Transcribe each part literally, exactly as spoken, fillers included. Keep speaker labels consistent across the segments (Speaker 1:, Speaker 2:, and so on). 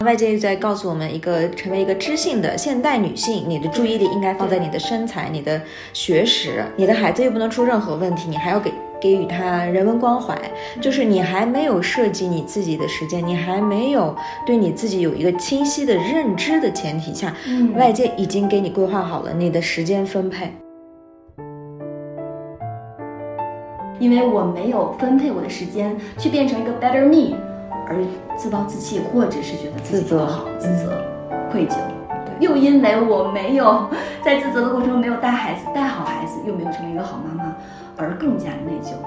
Speaker 1: 外界在告诉我们一个成为一个知性的现代女性，你的注意力应该放在你的身材、你的学识，你的孩子又不能出任何问题，你还要给给予他人文关怀，就是你还没有设计你自己的时间，你还没有对你自己有一个清晰的认知的前提下，嗯，外界已经给你规划好了你的时间分配。
Speaker 2: 因为我没有分配我的时间去变成一个 better me 而自暴自弃，或者是觉得自己不好，自责、愧疚，又因为我没有在自责的过程中没有带孩子带好孩子，又没有成为一个好妈妈，而更加内疚。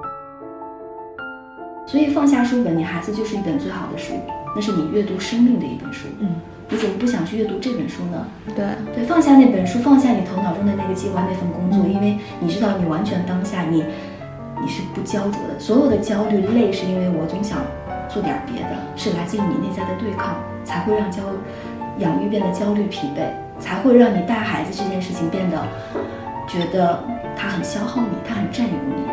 Speaker 2: 所以放下书本，你孩子就是一本最好的书，那是你阅读生命的一本书。嗯，你怎么不想去阅读这本书呢？
Speaker 1: 对
Speaker 2: 对，放下那本书，放下你头脑中的那个计划，那份工作，因为你知道你完全当下你你是不焦灼的，所有的焦虑累是因为我总想做点别的，是来自于你内在的对抗，才会让焦养育变得焦虑疲惫，才会让你带孩子这件事情变得觉得它很消耗你，它很占有你。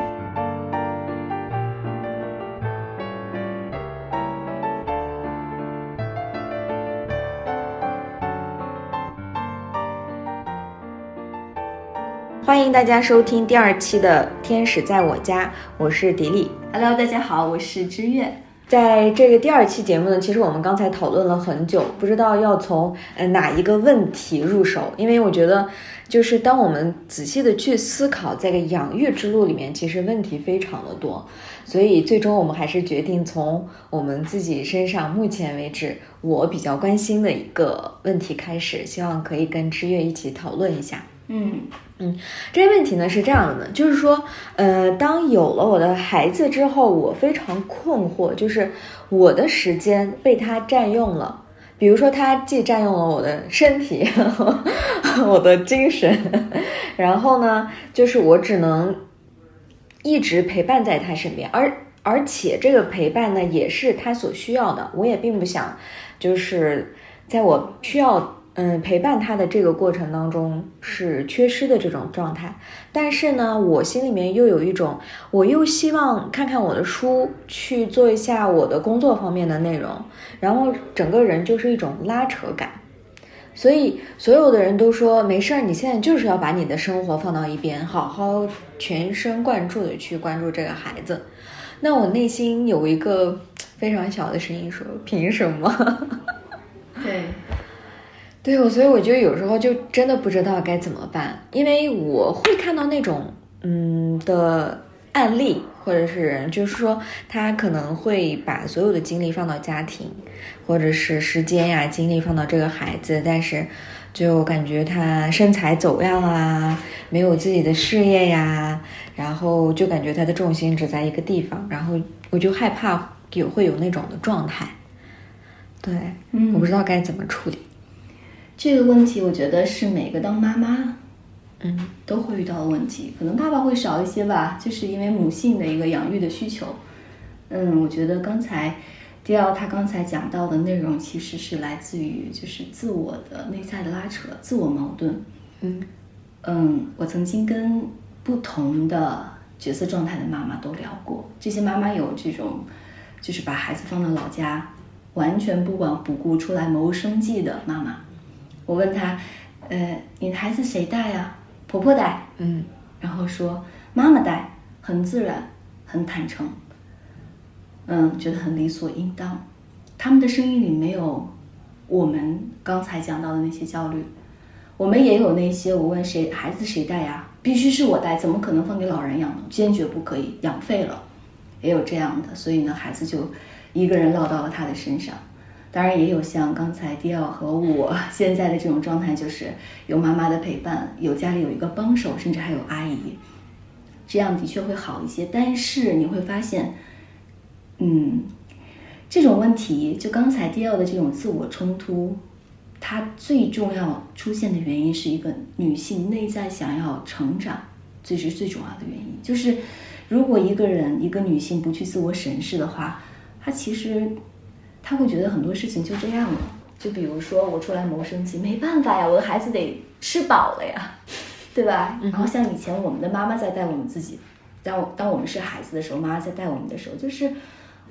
Speaker 1: 欢迎大家收听第二期的《天使在我家》，我是迪丽。
Speaker 2: Hello， 大家好，我是知月。
Speaker 1: 在这个第二期节目呢，其实我们刚才讨论了很久，不知道要从呃哪一个问题入手，因为我觉得就是当我们仔细的去思考这个养育之路里面，其实问题非常的多，所以最终我们还是决定从我们自己身上目前为止我比较关心的一个问题开始，希望可以跟知月一起讨论一下。
Speaker 2: 嗯
Speaker 1: 嗯，这个问题呢是这样的呢，就是说，呃，当有了我的孩子之后，我非常困惑，就是我的时间被他占用了。比如说，他既占用了我的身体，呵呵我的精神，然后呢，就是我只能一直陪伴在他身边，而而且这个陪伴呢，也是他所需要的。我也并不想，就是在我需要。嗯，陪伴他的这个过程当中是缺失的这种状态，但是呢，我心里面又有一种，我又希望看看我的书，去做一下我的工作方面的内容，然后整个人就是一种拉扯感。所以所有的人都说没事儿，你现在就是要把你的生活放到一边，好好全神贯注的去关注这个孩子。那我内心有一个非常小的声音说，凭什么？
Speaker 2: 对。
Speaker 1: 对，我所以我就有时候就真的不知道该怎么办，因为我会看到那种嗯的案例，或者是人，就是说他可能会把所有的精力放到家庭，或者是时间呀、精力放到这个孩子，但是就感觉他身材走样啊，没有自己的事业呀，然后就感觉他的重心只在一个地方，然后我就害怕有会有那种的状态。对，嗯，我不知道该怎么处理。
Speaker 2: 这个问题我觉得是每个当妈妈嗯都会遇到的问题，可能爸爸会少一些吧，就是因为母性的一个养育的需求。嗯，我觉得刚才迪奥他刚才讲到的内容其实是来自于就是自我的内在的拉扯，自我矛盾。嗯嗯，我曾经跟不同的角色状态的妈妈都聊过，这些妈妈有这种就是把孩子放到老家完全不管不顾出来谋生计的妈妈。我问他，呃，你的孩子谁带呀？婆婆带，嗯，然后说妈妈带，很自然，很坦诚，嗯，觉得很理所应当。他们的声音里没有我们刚才讲到的那些焦虑，我们也有那些我问谁孩子谁带呀？必须是我带，怎么可能放给老人养呢？坚决不可以，养废了，也有这样的，所以呢，孩子就一个人落到了他的身上。当然也有像刚才迪奥和我现在的这种状态，就是有妈妈的陪伴，有家里有一个帮手，甚至还有阿姨，这样的确会好一些。但是你会发现，嗯，这种问题，就刚才迪奥的这种自我冲突，它最重要出现的原因是一个女性内在想要成长，这是最重要的原因。就是如果一个人一个女性不去自我审视的话，她其实他会觉得很多事情就这样了，就比如说我出来谋生计，没办法呀，我的孩子得吃饱了呀，对吧？然后像以前我们的妈妈在带我们自己，当当我们是孩子的时候，妈妈在带我们的时候，就是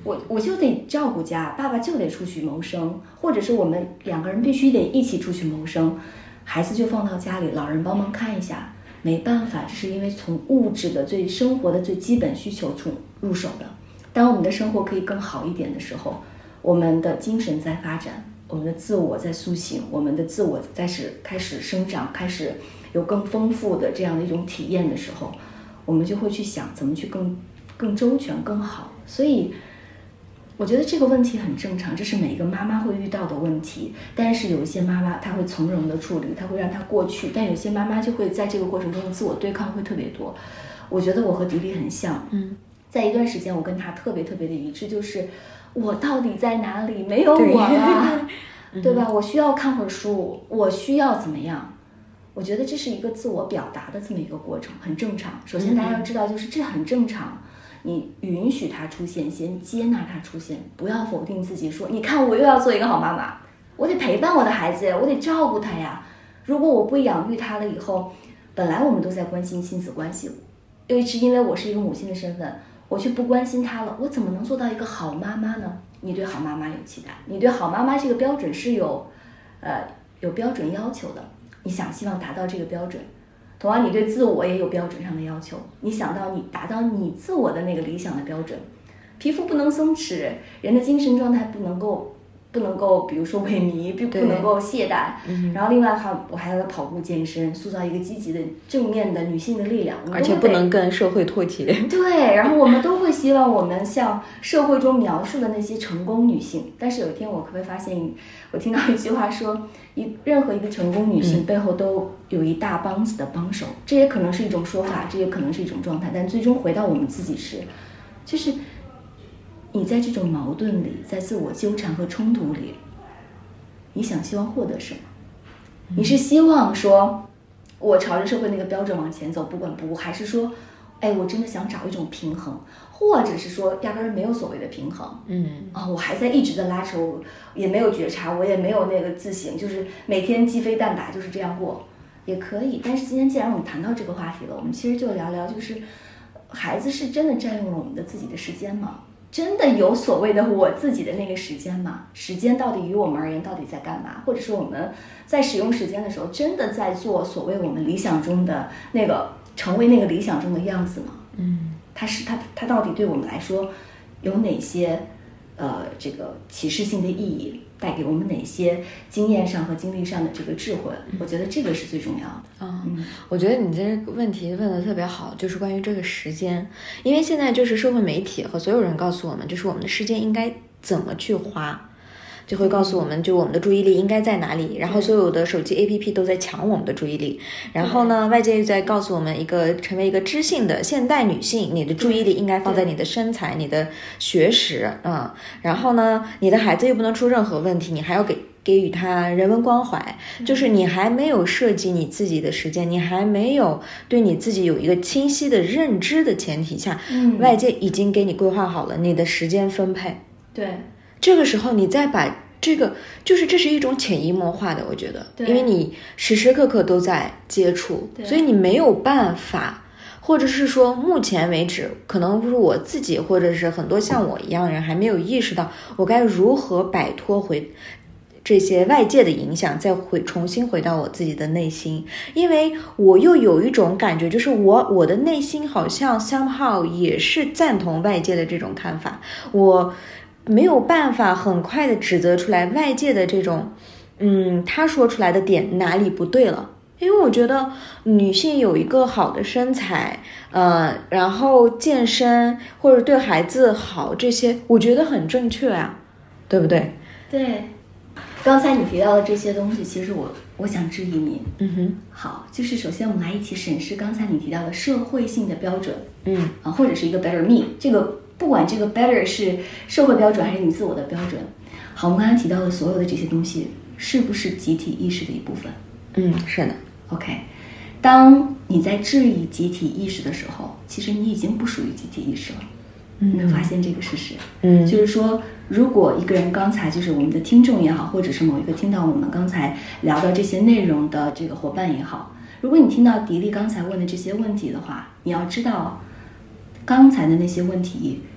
Speaker 2: 我我就得照顾家，爸爸就得出去谋生，或者是我们两个人必须得一起出去谋生，孩子就放到家里，老人帮忙看一下。没办法，这是因为从物质的最生活的最基本需求中入手的。当我们的生活可以更好一点的时候，我们的精神在发展，我们的自我在苏醒，我们的自我在始开始生长，开始有更丰富的这样的一种体验的时候，我们就会去想怎么去更更周全更好。所以我觉得这个问题很正常，这是每一个妈妈会遇到的问题。但是有一些妈妈她会从容的处理，她会让它过去，但有些妈妈就会在这个过程中的自我对抗会特别多。我觉得我和迪丽很像，
Speaker 1: 嗯，
Speaker 2: 在一段时间我跟她特别特别的一致，就是我到底在哪里？没有我了， 对, 对吧？我需要看会儿书，我需要怎么样？我觉得这是一个自我表达的这么一个过程，很正常。首先大家要知道，就是这很正常。你允许它出现，先接纳它出现，不要否定自己，说你看我又要做一个好妈妈，我得陪伴我的孩子，我得照顾他呀。如果我不养育他了以后，本来我们都在关心亲子关系，又是因为我是一个母亲的身份，我却不关心他了，我怎么能做到一个好妈妈呢？你对好妈妈有期待，你对好妈妈这个标准是有呃有标准要求的，你想希望达到这个标准。同样你对自我也有标准上的要求，你想到你达到你自我的那个理想的标准，皮肤不能松弛，人的精神状态不能够不能够比如说萎靡，不不能够懈怠、嗯、然后另外的话我还要跑步健身，塑造一个积极的正面的女性的力量，
Speaker 1: 而且不能跟社会脱节。
Speaker 2: 对，然后我们都会希望我们像社会中描述的那些成功女性，但是有一天我会发现，我听到一句话说，一任何一个成功女性背后都有一大帮子的帮手、嗯、这也可能是一种说法，这也可能是一种状态，但最终回到我们自己时，就是你在这种矛盾里，在自我纠缠和冲突里，你想希望获得什么？你是希望说我朝着社会那个标准往前走不管不顾，还是说哎，我真的想找一种平衡，或者是说压根儿没有所谓的平衡，
Speaker 1: 嗯
Speaker 2: 啊，我还在一直的拉扯，也没有觉察，我也没有那个自省，就是每天鸡飞蛋打，就是这样过也可以。但是今天既然我们谈到这个话题了，我们其实就聊聊，就是孩子是真的占用了我们的自己的时间吗？真的有所谓的我自己的那个时间吗？时间到底于我们而言到底在干嘛？或者是我们在使用时间的时候，真的在做所谓我们理想中的那个，成为那个理想中的样子吗？
Speaker 1: 嗯，
Speaker 2: 它是它它到底对我们来说有哪些呃这个启示性的意义，带给我们哪些经验上和经历上的这个智慧？我觉得这个是最重要的。
Speaker 1: 嗯，嗯我觉得你这个问题问得特别好，就是关于这个时间，因为现在就是社会媒体和所有人告诉我们，就是我们的时间应该怎么去花。就会告诉我们，就我们的注意力应该在哪里，然后所有的手机 A P P 都在抢我们的注意力，然后呢，外界又在告诉我们一个成为一个知性的现代女性，你的注意力应该放在你的身材、你的学识，嗯，然后呢，你的孩子又不能出任何问题，你还要给给予他人文关怀，就是你还没有设计你自己的时间，你还没有对你自己有一个清晰的认知的前提下，
Speaker 2: 嗯，
Speaker 1: 外界已经给你规划好了你的时间分配，
Speaker 2: 对。
Speaker 1: 这个时候你再把这个，就是这是一种潜移默化的，我觉得，因为你时时刻刻都在接触，所以你没有办法，或者是说目前为止，可能是我自己或者是很多像我一样的人还没有意识到我该如何摆脱回这些外界的影响，再回重新回到我自己的内心，因为我又有一种感觉，就是我我的内心好像 somehow 也是赞同外界的这种看法，我没有办法很快的指责出来外界的这种嗯他说出来的点哪里不对了，因为我觉得女性有一个好的身材呃，然后健身或者对孩子好，这些我觉得很正确啊，对不对？
Speaker 2: 对，刚才你提到的这些东西，其实我我想质疑你。
Speaker 1: 嗯哼，
Speaker 2: 好，就是首先我们来一起审视刚才你提到的社会性的标准，
Speaker 1: 嗯
Speaker 2: 啊，或者是一个 better me， 这个不管这个 better 是社会标准还是你自我的标准，好，我们刚才提到的所有的这些东西，是不是集体意识的一部分？
Speaker 1: 嗯，是的。
Speaker 2: OK， 当你在质疑集体意识的时候，其实你已经不属于集体意识了。你能发现这个事实？
Speaker 1: 嗯，
Speaker 2: 就是说，如果一个人刚才就是我们的听众也好，或者是某一个听到我们刚才聊到这些内容的这个伙伴也好，如果你听到迪丽刚才问的这些问题的话，你要知道，刚才的那些问题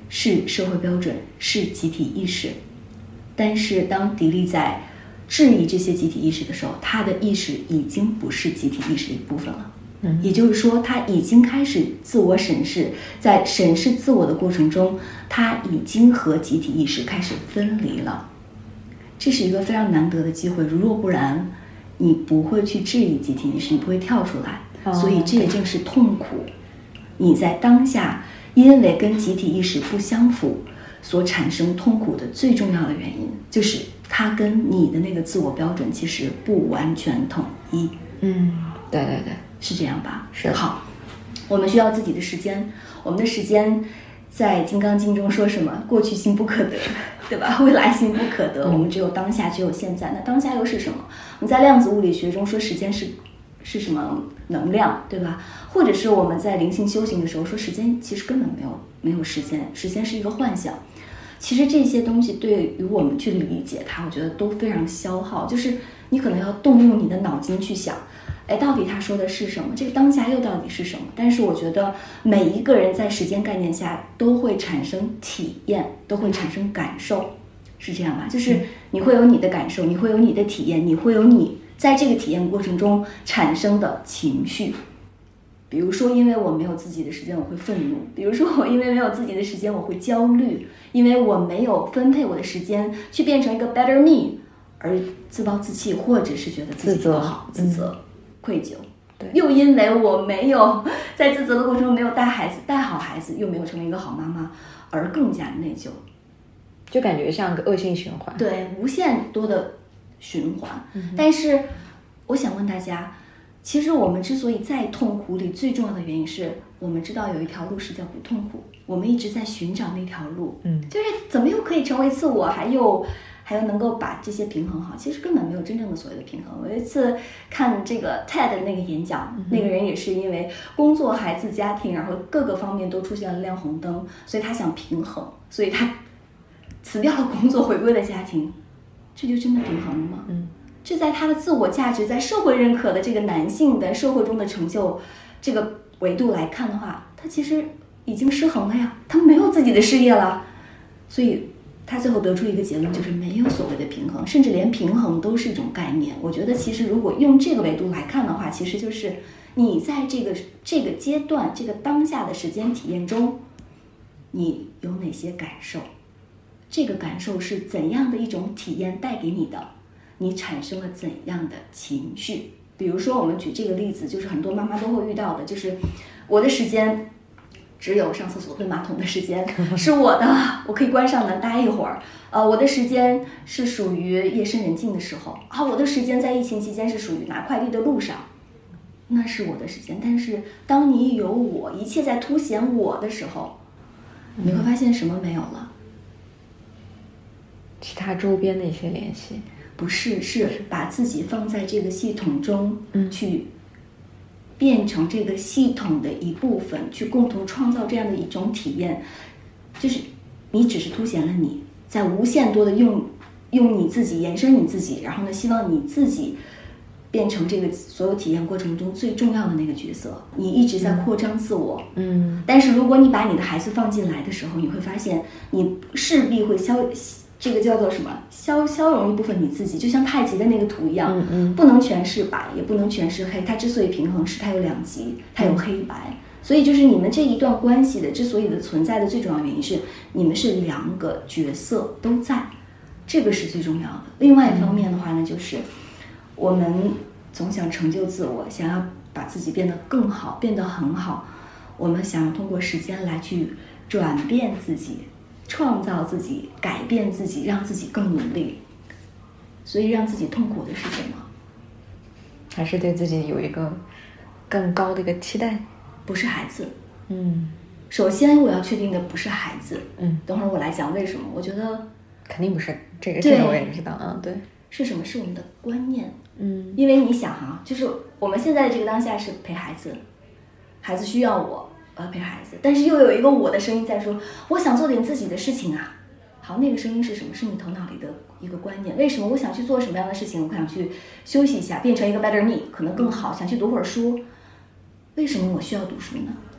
Speaker 2: 是社会标准，是集体意识。但是当迪丽在质疑这些集体意识的时候，他的意识已经不是集体意识的一部分了。
Speaker 1: 嗯，
Speaker 2: 也就是说，他已经开始自我审视，在审视自我的过程中，他已经和集体意识开始分离了。这是一个非常难得的机会，如若不然，你不会去质疑集体意识，你不会跳出来。
Speaker 1: 哦，
Speaker 2: 所以这也正是痛苦。你在当下因为跟集体意识不相符所产生痛苦的最重要的原因，就是它跟你的那个自我标准其实不完全统一。
Speaker 1: 嗯，对对对，
Speaker 2: 是这样吧？
Speaker 1: 是。
Speaker 2: 好，我们需要自己的时间，我们的时间在《金刚经》中说什么？过去心不可得，对吧？未来心不可得，我们只有当下，只有现在。那当下又是什么？我们在量子物理学中说时间是是什么？能量，对吧？或者是我们在灵性修行的时候说时间其实根本没有没有时间，时间是一个幻想。其实这些东西对于我们去理解它，我觉得都非常消耗，就是你可能要动用你的脑筋去想，哎，到底他说的是什么？这个当下又到底是什么？但是我觉得每一个人在时间概念下都会产生体验，都会产生感受，是这样吧？就是你会有你的感受，你会有你的体验，你会有你在这个体验过程中产生的情绪。比如说，因为我没有自己的时间，我会愤怒；比如说，我因为没有自己的时间，我会焦虑；因为我没有分配我的时间去变成一个 better me， 而自暴自弃，或者是觉得自己不好，自责、自责嗯、愧疚。
Speaker 1: 对，
Speaker 2: 又因为我没有在自责的过程中没有带孩子，带好孩子，又没有成为一个好妈妈，而更加内疚，
Speaker 1: 就感觉像个恶性循环。
Speaker 2: 对，无限多的循环。
Speaker 1: 嗯、
Speaker 2: 但是，我想问大家。其实我们之所以在痛苦里，最重要的原因是我们知道有一条路是叫不痛苦，我们一直在寻找那条路，
Speaker 1: 嗯，
Speaker 2: 就是怎么又可以成为自我，还又还有能够把这些平衡好，其实根本没有真正的所谓的平衡。我有一次看这个 T E D 的那个演讲，嗯、那个人也是因为工作、孩子、家庭，然后各个方面都出现了亮红灯，所以他想平衡，所以他辞掉了工作，回归了家庭，这就真的平衡了吗？
Speaker 1: 嗯。
Speaker 2: 这在他的自我价值，在社会认可的这个男性的社会中的成就这个维度来看的话，他其实已经失衡了呀，他没有自己的事业了，所以他最后得出一个结论，就是没有所谓的平衡，甚至连平衡都是一种概念。我觉得其实如果用这个维度来看的话，其实就是你在这个这个阶段这个当下的时间体验中，你有哪些感受，这个感受是怎样的一种体验带给你的，你产生了怎样的情绪？比如说我们举这个例子，就是很多妈妈都会遇到的，就是我的时间只有上厕所蹲马桶的时间是我的，我可以关上门待一会儿。呃，我的时间是属于夜深人静的时候啊，我的时间在疫情期间是属于拿快递的路上，那是我的时间。但是当你有我，一切在凸显我的时候，你会发现什么没有了？
Speaker 1: 其他周边的一些联系。
Speaker 2: 不是，是把自己放在这个系统中，嗯，去变成这个系统的一部分，去共同创造这样的一种体验。就是你只是凸显了你在无限多的用用你自己延伸你自己，然后呢，希望你自己变成这个所有体验过程中最重要的那个角色。你一直在扩张自我，
Speaker 1: 嗯，
Speaker 2: 但是如果你把你的孩子放进来的时候，你会发现你势必会消。这个叫做什么？消消融一部分你自己，就像太极的那个图一样，
Speaker 1: 嗯嗯，
Speaker 2: 不能全是白，也不能全是黑。它之所以平衡，是它有两极，它有黑白。嗯、所以就是你们这一段关系的之所以的存在的最重要原因是，你们是两个角色都在，这个是最重要的。另外一方面的话呢，就是我们总想成就自我，想要把自己变得更好，变得很好。我们想要通过时间来去转变自己。创造自己，改变自己，让自己更努力。所以让自己痛苦的是什么？
Speaker 1: 还是对自己有一个更高的一个期待？
Speaker 2: 不是孩子。
Speaker 1: 嗯，
Speaker 2: 首先我要确定的不是孩子。
Speaker 1: 嗯，
Speaker 2: 等会儿我来讲为什么。我觉得
Speaker 1: 肯定不是这个，这个我也知道。嗯，对。
Speaker 2: 是什么？是我们的观念。
Speaker 1: 嗯，
Speaker 2: 因为你想哈、啊，就是我们现在的这个当下是陪孩子，孩子需要我。呃，陪孩子，但是又有一个我的声音在说，我想做点自己的事情啊。好，那个声音是什么？是你头脑里的一个观念。为什么我想去做什么样的事情？我想去休息一下，变成一个 better me， 可能更好。想去读会儿书。为什么我需要读书呢？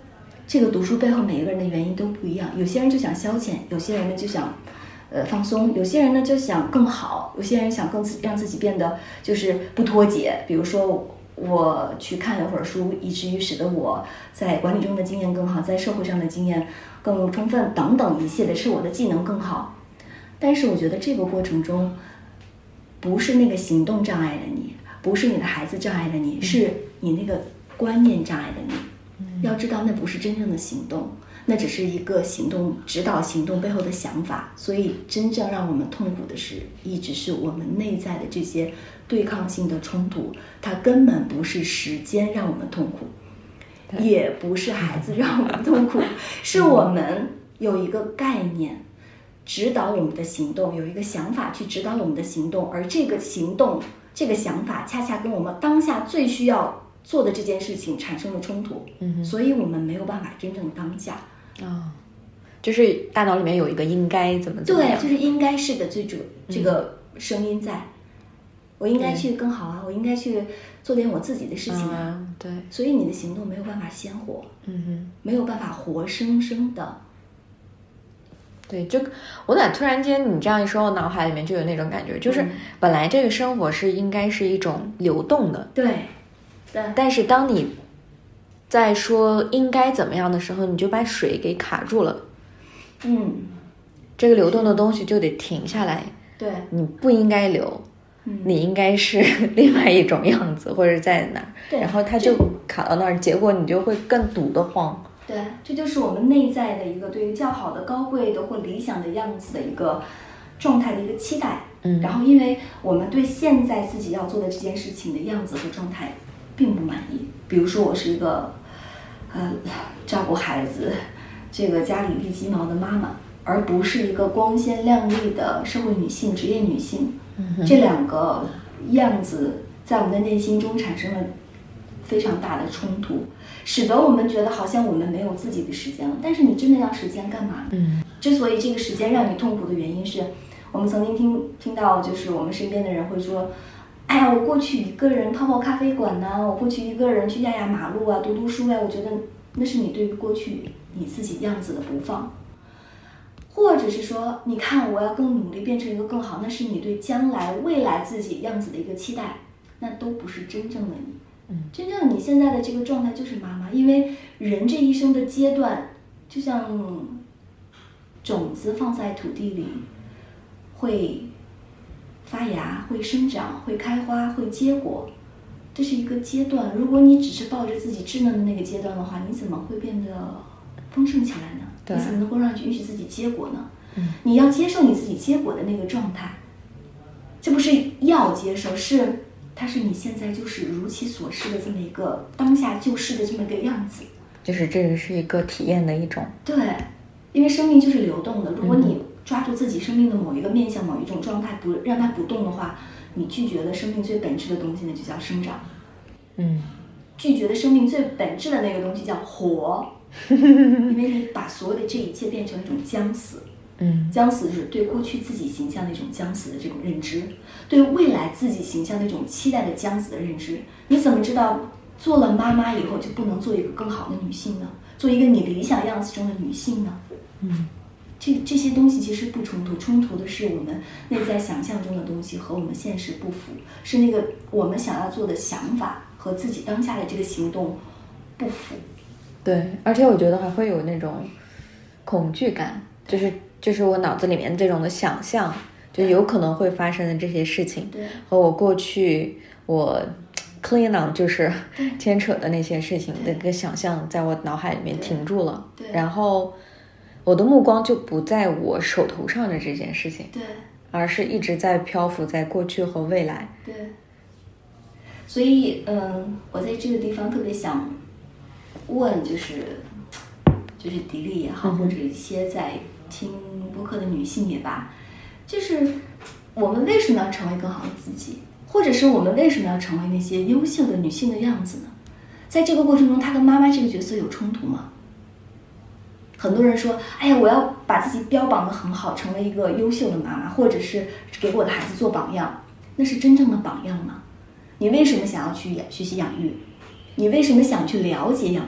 Speaker 2: 这个读书背后每一个人的原因都不一样，有些人就想消遣，有些人呢就想呃放松，有些人呢就想更好，有些人想更自让自己变得就是不脱节。比如说我去看了会儿书，以至于使得我在管理中的经验更好，在社会上的经验更充分等等一切的，是我的技能更好。但是我觉得这个过程中，不是那个行动障碍了你，不是你的孩子障碍了你，是你那个观念障碍了你。要知道那不是真正的行动，那只是一个行动指导行动背后的想法。所以真正让我们痛苦的是，一直是我们内在的这些对抗性的冲突，它根本不是时间让我们痛苦，也不是孩子让我们痛苦，是我们有一个概念指导我们的行动，有一个想法去指导我们的行动，而这个行动这个想法恰恰跟我们当下最需要做的这件事情产生了冲突，嗯，所以我们没有办法真正当下
Speaker 1: 啊、哦，就是大脑里面有一个应该怎么怎么样，
Speaker 2: 对，就是应该是的这种这个声音在、嗯、我应该去更好啊、嗯、我应该去做点我自己的事情啊、
Speaker 1: 嗯、对，
Speaker 2: 所以你的行动没有办法鲜活，嗯哼，没有办法活生生的。
Speaker 1: 对，就我咋突然间你这样一说，我脑海里面就有那种感觉，就是本来这个生活是应该是一种流动的，
Speaker 2: 对对，
Speaker 1: 但是当你在说应该怎么样的时候，你就把水给卡住了，
Speaker 2: 嗯，
Speaker 1: 这个流动的东西就得停下来，
Speaker 2: 对，
Speaker 1: 你不应该流，嗯，你应该是另外一种样子，或者在哪儿，
Speaker 2: 对，
Speaker 1: 然后它就卡到那儿，结果你就会更堵得慌。
Speaker 2: 对，这就是我们内在的一个对于较好的、高贵的或理想的样子的一个状态的一个期待。嗯，然后因为我们对现在自己要做的这件事情的样子和状态并不满意，比如说我是一个呃照顾孩子、这个家里立鸡毛的妈妈，而不是一个光鲜亮丽的社会女性、职业女性。嗯，这两个样子在我们的内心中产生了非常大的冲突，使得我们觉得好像我们没有自己的时间了。但是你真的要时间干嘛？嗯，之所以这个时间让你痛苦的原因是，我们曾经听听到，就是我们身边的人会说，哎呀，我过去一个人泡泡咖啡馆呐、啊，我过去一个人去压压马路啊，读读书呀、啊，我觉得那是你对于过去你自己样子的不放，或者是说，你看我要更努力变成一个更好，那是你对将来未来自己样子的一个期待，那都不是真正的你。真正你现在的这个状态就是妈妈，因为人这一生的阶段，就像种子放在土地里，会发芽、会生长、会开花、会结果，这是一个阶段。如果你只是抱着自己稚嫩的那个阶段的话，你怎么会变得丰盛起来呢？你怎么能够让允许自己结果呢？嗯，你要接受你自己结果的那个状态，这不是要接受，是它是你现在就是如其所示的这么一个当下就是的这么一个样子，
Speaker 1: 就是这个是一个体验的一种。
Speaker 2: 对，因为生命就是流动的，如果你抓住自己生命的某一个面向、某一种状态，不让它不动的话，你拒绝了生命最本质的东西呢，就叫生长。嗯，拒绝了生命最本质的那个东西叫活，因为你把所有的这一切变成一种将死。嗯，将死是对过去自己形象的一种将死的这种认知，对未来自己形象的一种期待的将死的认知。你怎么知道做了妈妈以后就不能做一个更好的女性呢？做一个你理想样子中的女性呢？嗯，这这些东西其实不冲突，冲突的是我们内在想象中的东西和我们现实不符，是那个我们想要做的想法和自己当下的这个行动不符。
Speaker 1: 对，而且我觉得还会有那种恐惧感，就是就是我脑子里面这种的想象，就有可能会发生的这些事情，
Speaker 2: 对，
Speaker 1: 和我过去我 clean on 就是牵扯的那些事情的一个想象，在我脑海里面停住了，
Speaker 2: 对，
Speaker 1: 然后我的目光就不在我手头上的这件事情，
Speaker 2: 对，
Speaker 1: 而是一直在漂浮在过去和未来。
Speaker 2: 对，所以嗯，我在这个地方特别想问，就是就是迪丽也好，嗯、或者一些在听播客的女性也罢，就是我们为什么要成为更好的自己，或者是我们为什么要成为那些优秀的女性的样子呢？在这个过程中，她跟妈妈这个角色有冲突吗？很多人说，哎呀，我要把自己标榜得很好，成为一个优秀的妈妈，或者是给我的孩子做榜样，那是真正的榜样吗？你为什么想要去学习养育？你为什么想去了解养育？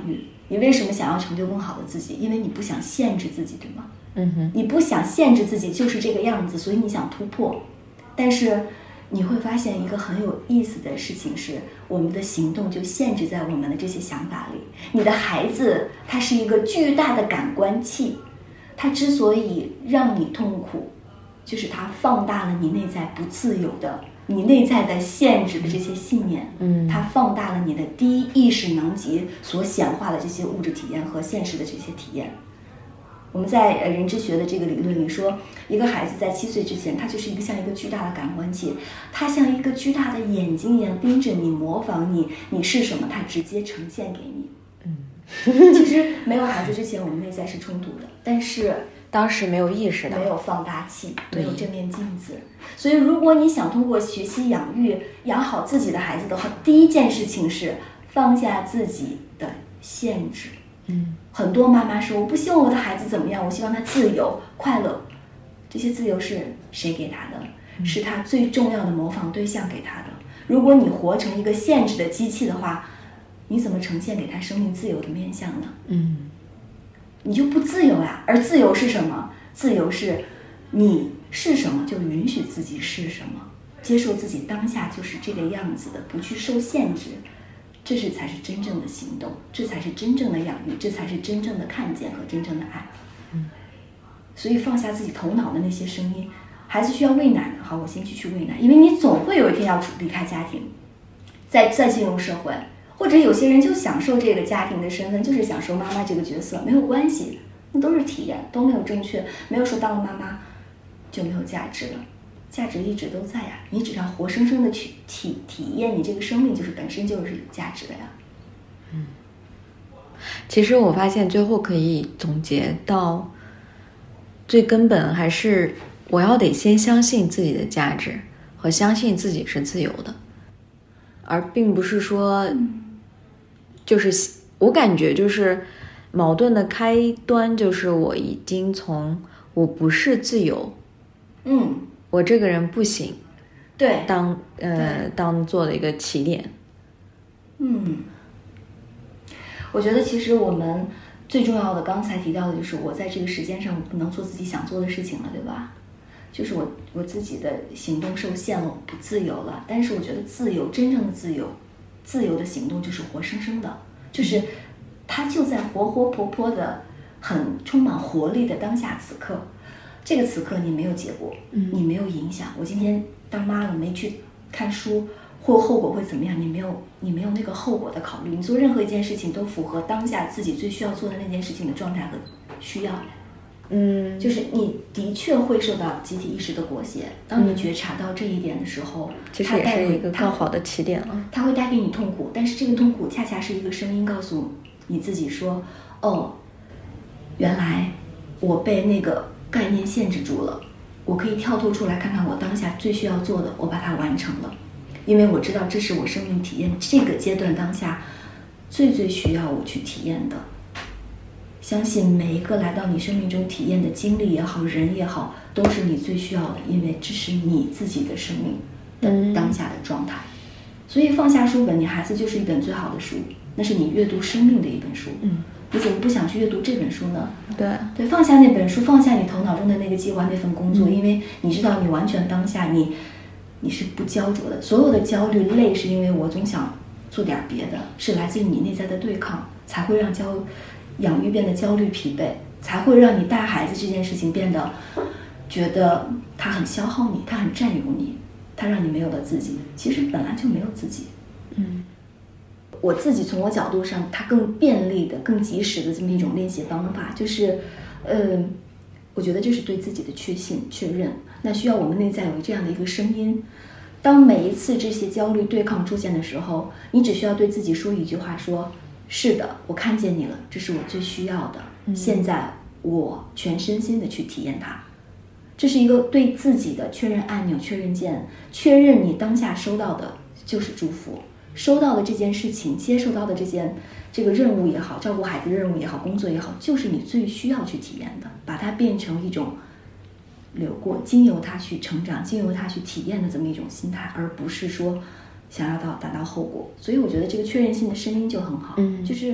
Speaker 2: 你为什么想要成就更好的自己？因为你不想限制自己，对吗？
Speaker 1: 嗯哼，
Speaker 2: 你不想限制自己就是这个样子，所以你想突破。但是你会发现一个很有意思的事情是，我们的行动就限制在我们的这些想法里。你的孩子他是一个巨大的感官器，他之所以让你痛苦，就是他放大了你内在不自由的、你内在的限制的这些信念。
Speaker 1: 嗯，
Speaker 2: 他放大了你的低意识能级所显化的这些物质体验和现实的这些体验。我们在呃人智学的这个理论里说，一个孩子在七岁之前，他就是一个像一个巨大的感官器，他像一个巨大的眼睛一样盯着你，模仿你，你是什么，他直接呈现给你。嗯，其实没有孩子之前，我们内在是冲突的，但是
Speaker 1: 当时没有意识到，
Speaker 2: 没有放大器，没有这面镜子。所以，如果你想通过学习养育养好自己的孩子的话，第一件事情是放下自己的限制。
Speaker 1: 嗯，
Speaker 2: 很多妈妈说我不希望我的孩子怎么样，我希望他自由快乐。这些自由是谁给他的？嗯、是他最重要的模仿对象给他的。如果你活成一个限制的机器的话，你怎么呈现给他生命自由的面向呢？
Speaker 1: 嗯，
Speaker 2: 你就不自由呀。而自由是什么？自由是你是什么就允许自己是什么，接受自己当下就是这个样子的，不去受限制。这是才是真正的行动，这才是真正的养育，这才是真正的看见和真正的爱。
Speaker 1: 嗯，
Speaker 2: 所以放下自己头脑的那些声音。孩子需要喂奶，好，我先去去喂奶，因为你总会有一天要离开家庭，再再进入社会，或者有些人就享受这个家庭的身份，就是享受妈妈这个角色，没有关系，那都是体验，都没有正确，没有说当了妈妈就没有价值了。价值一直都在呀，你只要活生生的去体体验你这个生命，就是本身就是有价值的呀。
Speaker 1: 嗯，其实我发现最后可以总结到最根本，还是我要得先相信自己的价值和相信自己是自由的，而并不是说，就是我感觉就是矛盾的开端就是我已经从我不是自由，
Speaker 2: 嗯。
Speaker 1: 我这个人不行，
Speaker 2: 对，
Speaker 1: 当呃当做了一个起点。
Speaker 2: 嗯，我觉得其实我们最重要的，刚才提到的就是我在这个时间上我不能做自己想做的事情了，对吧？就是我我自己的行动受限了，我不自由了。但是我觉得自由，真正的自由，自由的行动就是活生生的，就是它就在活活泼泼的、很充满活力的当下此刻。这个此刻你没有结果，你没有影响。我今天当妈了没去看书，或后果会怎么样？你没有，你没有那个后果的考虑。你做任何一件事情都符合当下自己最需要做的那件事情的状态和需要。
Speaker 1: 嗯，
Speaker 2: 就是你的确会受到集体意识的裹挟。当你觉察到这一点的时候，
Speaker 1: 其实也是一个更好的起点了。
Speaker 2: 它会带给你痛苦，但是这个痛苦恰恰是一个声音告诉你自己说：“哦，原来我被那个概念限制住了，我可以跳脱出来看看我当下最需要做的，我把它完成了，因为我知道这是我生命体验这个阶段当下最最需要我去体验的。相信每一个来到你生命中体验的经历也好，人也好，都是你最需要的，因为这是你自己的生命的当下的状态。所以放下书本，你孩子就是一本最好的书，那是你阅读生命的一本书。嗯，你怎么不想去阅读这本书呢？
Speaker 1: 对
Speaker 2: 对，放下那本书，放下你头脑中的那个计划，那份工作，嗯、因为你知道你完全当下，你你是不焦灼的。所有的焦虑累是因为我总想做点别的，是来自于你内在的对抗，才会让焦养育变得焦虑疲惫，才会让你带孩子这件事情变得觉得它很消耗你，它很占有你，它让你没有了自己。其实本来就没有自己。
Speaker 1: 嗯。
Speaker 2: 我自己从我角度上，它更便利的、更及时的这么一种练习方法，就是，呃，我觉得就是对自己的确信、确认。那需要我们内在有这样的一个声音。当每一次这些焦虑对抗出现的时候，你只需要对自己说一句话：说，是的，我看见你了，这是我最需要的。嗯、现在我全身心的去体验它。这是一个对自己的确认按钮、确认键，确认你当下收到的就是祝福。收到的这件事情，接受到的这件这个任务也好，照顾孩子的任务也好，工作也好，就是你最需要去体验的，把它变成一种流过，经由它去成长，经由它去体验的这么一种心态，而不是说想要到达到后果。所以我觉得这个确认性的声音就很好，嗯，就是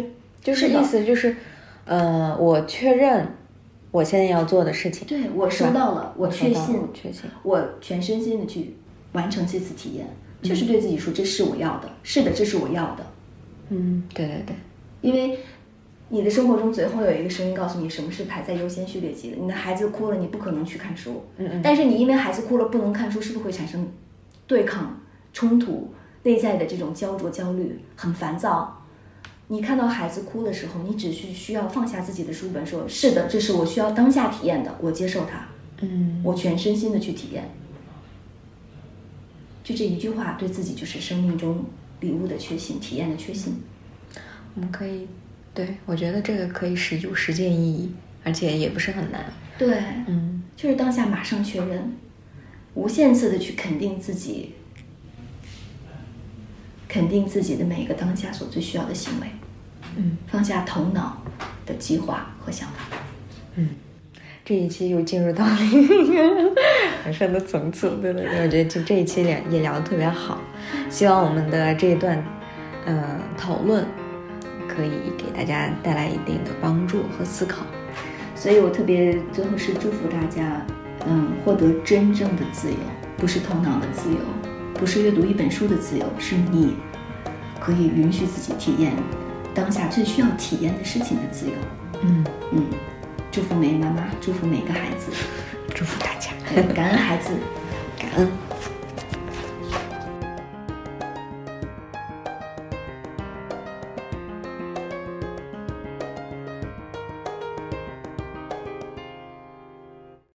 Speaker 1: 就是意思就是，呃，我确认我现在要做的事情，
Speaker 2: 对，我收到了，我确信，
Speaker 1: 我确信，
Speaker 2: 我全身心的去完成这次体验，嗯、就是对自己说，这是我要的，是的，这是我要的。
Speaker 1: 嗯，对对对，
Speaker 2: 因为你的生活中最后有一个声音告诉你什么是排在优先序列级的。你的孩子哭了，你不可能去看书，
Speaker 1: 嗯嗯，
Speaker 2: 但是你因为孩子哭了不能看书，是不是会产生对抗、冲突、内在的这种焦灼、焦虑，很烦躁？你看到孩子哭的时候，你只需需要放下自己的书本，说是的，这是我需要当下体验的，我接受它，
Speaker 1: 嗯，
Speaker 2: 我全身心的去体验。就这一句话，对自己就是生命中礼物的确信，体验的确信。
Speaker 1: 我们可以，对，我觉得这个可以实有实践意义，而且也不是很难。
Speaker 2: 对，
Speaker 1: 嗯，
Speaker 2: 就是当下马上确认，无限次的去肯定自己，肯定自己的每一个当下所最需要的行为。
Speaker 1: 嗯，
Speaker 2: 放下头脑的计划和想法。
Speaker 1: 嗯，这一期又进入到了一个人生的层次，对对对，我觉得这这一期也也聊得特别好，希望我们的这一段呃讨论可以给大家带来一定的帮助和思考。
Speaker 2: 所以我特别最后是祝福大家，嗯，获得真正的自由，不是头脑的自由，不是阅读一本书的自由，是你可以允许自己体验当下最需要体验的事情的自由。
Speaker 1: 嗯
Speaker 2: 嗯，祝福每妈妈，祝福每个孩子，
Speaker 1: 祝福大家，
Speaker 2: 感恩孩子，
Speaker 1: 感恩。